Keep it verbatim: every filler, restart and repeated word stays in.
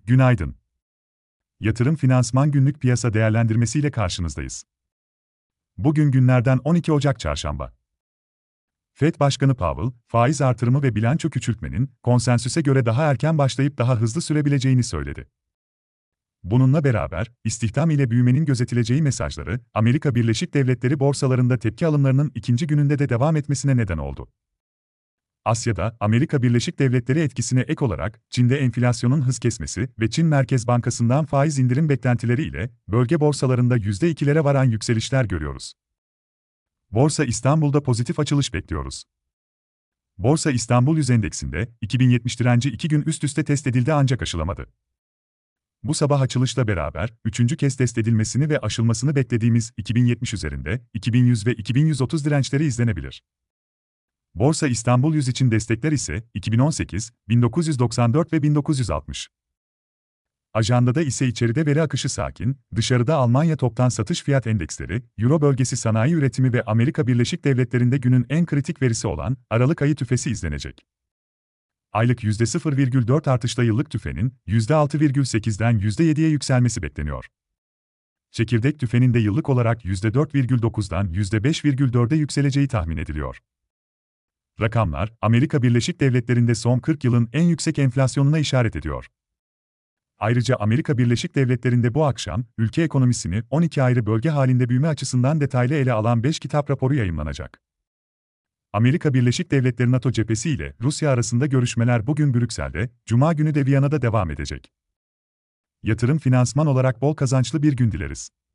Günaydın. Yatırım Finansman Günlük Piyasa Değerlendirmesi ile karşınızdayız. Bugün günlerden on iki Ocak Çarşamba. Fed Başkanı Powell, faiz artırımı ve bilanço küçültmenin konsensüse göre daha erken başlayıp daha hızlı sürebileceğini söyledi. Bununla beraber, istihdam ile büyümenin gözetileceği mesajları, Amerika Birleşik Devletleri borsalarında tepki alımlarının ikinci gününde de devam etmesine neden oldu. Asya'da, Amerika Birleşik Devletleri etkisine ek olarak, Çin'de enflasyonun hız kesmesi ve Çin Merkez Bankası'ndan faiz indirim beklentileri ile bölge borsalarında yüzde ikilere varan yükselişler görüyoruz. Borsa İstanbul'da pozitif açılış bekliyoruz. Borsa İstanbul Yüz Endeksinde, iki bin yetmiş direnci iki gün üst üste test edildi ancak aşılamadı. Bu sabah açılışla beraber, üçüncü kez test edilmesini ve aşılmasını beklediğimiz iki bin yetmiş üzerinde, iki bin yüz ve iki bin yüz otuz dirençleri izlenebilir. Borsa İstanbul yüz için destekler ise iki bin on sekiz, bin dokuz yüz doksan dört ve bin dokuz yüz altmış. Ajandada ise içeride veri akışı sakin, dışarıda Almanya toptan satış fiyat endeksleri, Euro bölgesi sanayi üretimi ve Amerika Birleşik Devletleri'nde günün en kritik verisi olan Aralık ayı tüfesi izlenecek. Aylık yüzde sıfır virgül dört artışla yıllık tüfenin yüzde altı virgül sekizden yüzde yediye yükselmesi bekleniyor. Çekirdek tüfenin de yıllık olarak yüzde dört virgül dokuzdan yüzde beş virgül dörde yükseleceği tahmin ediliyor. Rakamlar, Amerika Birleşik Devletleri'nde son kırk yılın en yüksek enflasyonuna işaret ediyor. Ayrıca Amerika Birleşik Devletleri'nde bu akşam, ülke ekonomisini on iki ayrı bölge halinde büyüme açısından detaylı ele alan beş kitap raporu yayımlanacak. Amerika Birleşik Devletleri NATO cephesi ile Rusya arasında görüşmeler bugün Brüksel'de, Cuma günü de Viyana'da devam edecek. Yatırım finansman olarak bol kazançlı bir gün dileriz.